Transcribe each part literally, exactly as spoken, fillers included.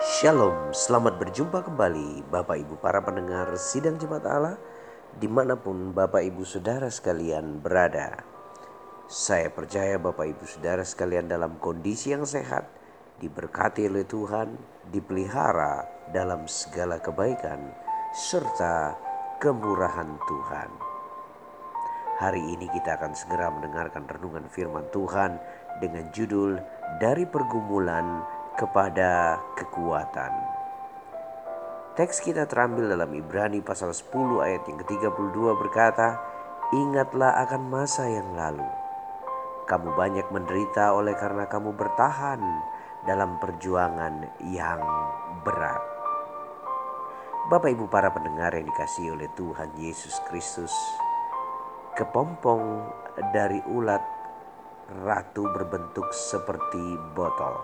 Shalom, selamat berjumpa kembali Bapak Ibu para pendengar Sidang Jemaat Allah dimanapun Bapak Ibu Saudara sekalian berada. Saya percaya Bapak Ibu Saudara sekalian dalam kondisi yang sehat, diberkati oleh Tuhan, dipelihara dalam segala kebaikan, serta kemurahan Tuhan. Hari ini kita akan segera mendengarkan renungan firman Tuhan dengan judul Dari Pergumulan kepada Kekuatan. Teks kita terambil dalam Ibrani pasal sepuluh ayat yang ke tiga puluh dua berkata, "Ingatlah akan masa yang lalu. Kamu banyak menderita oleh karena kamu bertahan dalam perjuangan yang berat." Bapak Ibu para pendengar yang dikasihi oleh Tuhan Yesus Kristus, kepompong dari ulat ratu berbentuk seperti botol.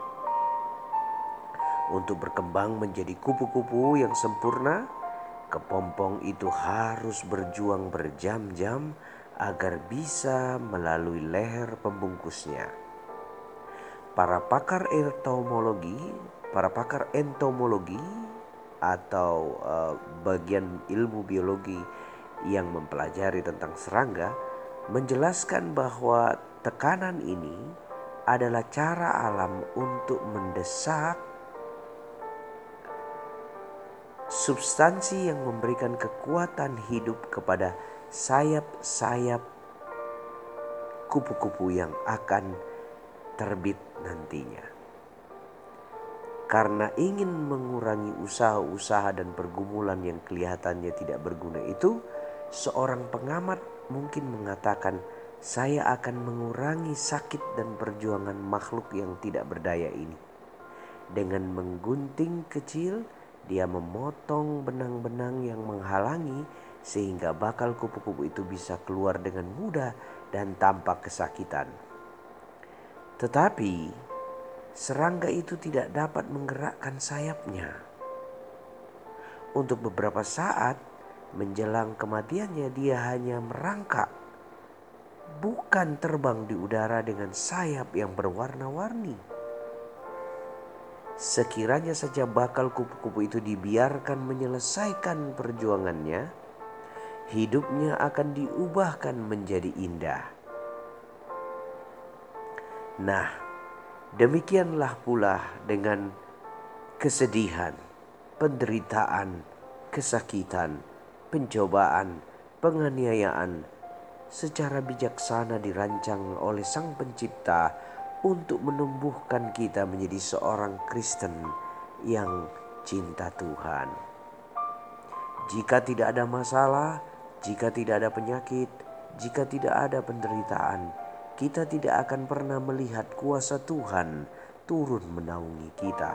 Untuk berkembang menjadi kupu-kupu yang sempurna, kepompong itu harus berjuang berjam-jam agar bisa melalui leher pembungkusnya. Para pakar entomologi, para pakar entomologi atau uh, bagian ilmu biologi yang mempelajari tentang serangga menjelaskan bahwa tekanan ini adalah cara alam untuk mendesak substansi yang memberikan kekuatan hidup kepada sayap-sayap kupu-kupu yang akan terbit nantinya. Karena ingin mengurangi usaha-usaha dan pergumulan yang kelihatannya tidak berguna itu, seorang pengamat mungkin mengatakan, "Saya akan mengurangi sakit dan perjuangan makhluk yang tidak berdaya ini. Dengan menggunting kecil, dia memotong benang-benang yang menghalangi sehingga bakal kupu-kupu itu bisa keluar dengan mudah dan tanpa kesakitan." Tetapi serangga itu tidak dapat menggerakkan sayapnya. Untuk beberapa saat menjelang kematiannya, dia hanya merangkak, bukan terbang di udara dengan sayap yang berwarna-warni. Sekiranya saja bakal kupu-kupu itu dibiarkan menyelesaikan perjuangannya, hidupnya akan diubahkan menjadi indah. Nah, demikianlah pula dengan kesedihan, penderitaan, kesakitan, pencobaan, penganiayaan secara bijaksana dirancang oleh Sang Pencipta untuk menumbuhkan kita menjadi seorang Kristen yang cinta Tuhan. Jika tidak ada masalah, jika tidak ada penyakit, jika tidak ada penderitaan, kita tidak akan pernah melihat kuasa Tuhan turun menaungi kita.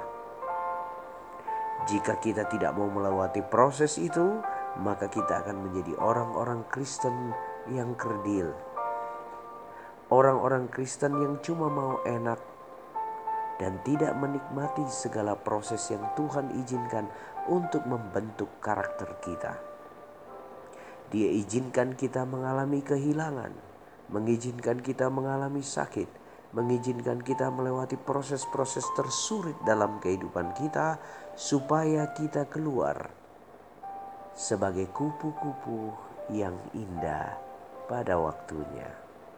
Jika kita tidak mau melewati proses itu, maka kita akan menjadi orang-orang Kristen yang kerdil. Orang-orang Kristen yang cuma mau enak dan tidak menikmati segala proses yang Tuhan izinkan untuk membentuk karakter kita. Dia izinkan kita mengalami kehilangan, mengizinkan kita mengalami sakit, mengizinkan kita melewati proses-proses tersulit dalam kehidupan kita supaya kita keluar sebagai kupu-kupu yang indah pada waktunya.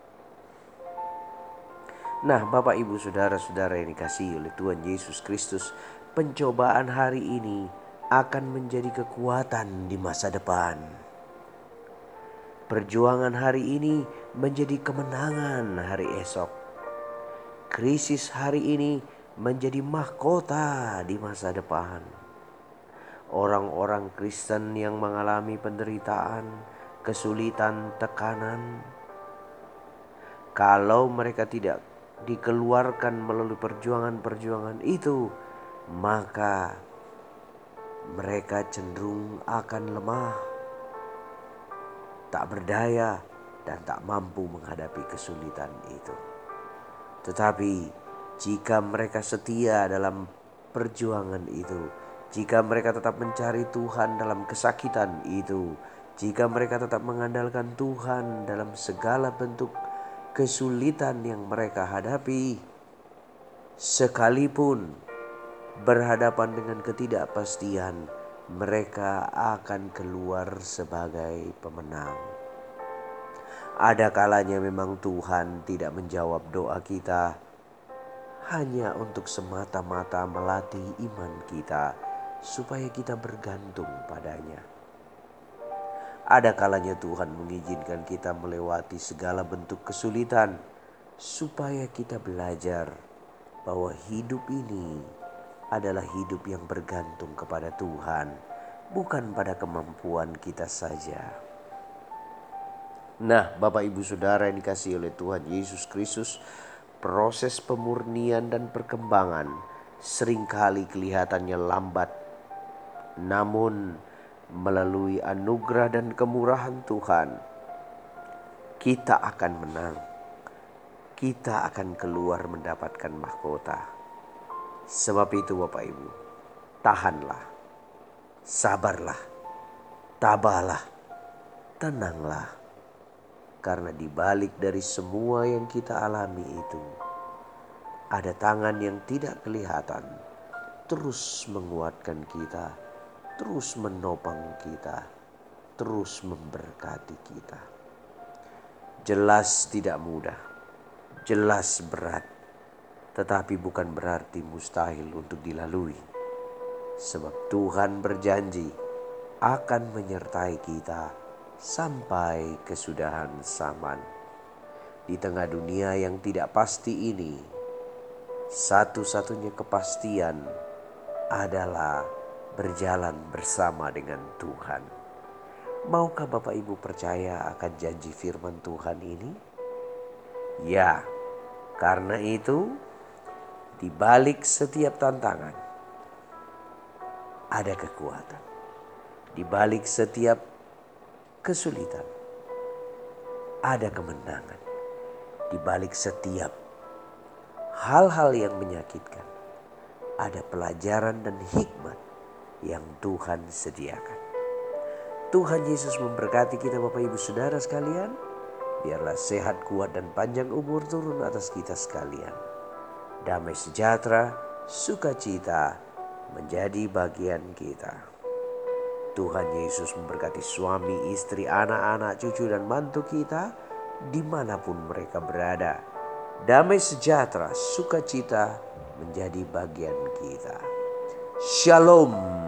Nah, Bapak Ibu Saudara-saudara yang dikasihi oleh Tuhan Yesus Kristus, pencobaan hari ini akan menjadi kekuatan di masa depan. Perjuangan hari ini menjadi kemenangan hari esok. Krisis hari ini menjadi mahkota di masa depan. Orang-orang Kristen yang mengalami penderitaan, kesulitan, tekanan, kalau mereka tidak dikeluarkan melalui perjuangan-perjuangan itu, maka mereka cenderung akan lemah, tak berdaya, dan tak mampu menghadapi kesulitan itu. Tetapi jika mereka setia dalam perjuangan itu, jika mereka tetap mencari Tuhan dalam kesakitan itu, jika mereka tetap mengandalkan Tuhan dalam segala bentuk kesulitan yang mereka hadapi, sekalipun berhadapan dengan ketidakpastian, mereka akan keluar sebagai pemenang. Ada kalanya memang Tuhan tidak menjawab doa kita hanya untuk semata-mata melatih iman kita supaya kita bergantung padanya. Ada kalanya Tuhan mengizinkan kita melewati segala bentuk kesulitan supaya kita belajar bahwa hidup ini adalah hidup yang bergantung kepada Tuhan, bukan pada kemampuan kita saja. Nah, Bapak Ibu Saudara yang dikasihi oleh Tuhan Yesus Kristus, proses pemurnian dan perkembangan seringkali kelihatannya lambat. Namun melalui anugerah dan kemurahan Tuhan, kita akan menang. Kita akan keluar mendapatkan mahkota. Sebab itu Bapak Ibu, tahanlah, sabarlah, tabahlah, tenanglah. Karena di balik dari semua yang kita alami itu, ada tangan yang tidak kelihatan terus menguatkan kita, terus menopang kita, terus memberkati kita. Jelas tidak mudah, jelas berat, tetapi bukan berarti mustahil untuk dilalui. Sebab Tuhan berjanji akan menyertai kita sampai kesudahan zaman. Di tengah dunia yang tidak pasti ini, satu-satunya kepastian adalah berjalan bersama dengan Tuhan. Maukah Bapak Ibu percaya akan janji firman Tuhan ini? Ya, karena itu di balik setiap tantangan ada kekuatan. Di balik setiap kesulitan ada kemenangan. Di balik setiap hal-hal yang menyakitkan ada pelajaran dan hikmat yang Tuhan sediakan. Tuhan Yesus memberkati kita Bapak Ibu Saudara sekalian. Biarlah sehat, kuat dan panjang umur turun atas kita sekalian. Damai sejahtera, sukacita menjadi bagian kita. Tuhan Yesus memberkati suami, istri, anak-anak, cucu dan mantu kita dimanapun mereka berada. Damai sejahtera, sukacita menjadi bagian kita. Shalom.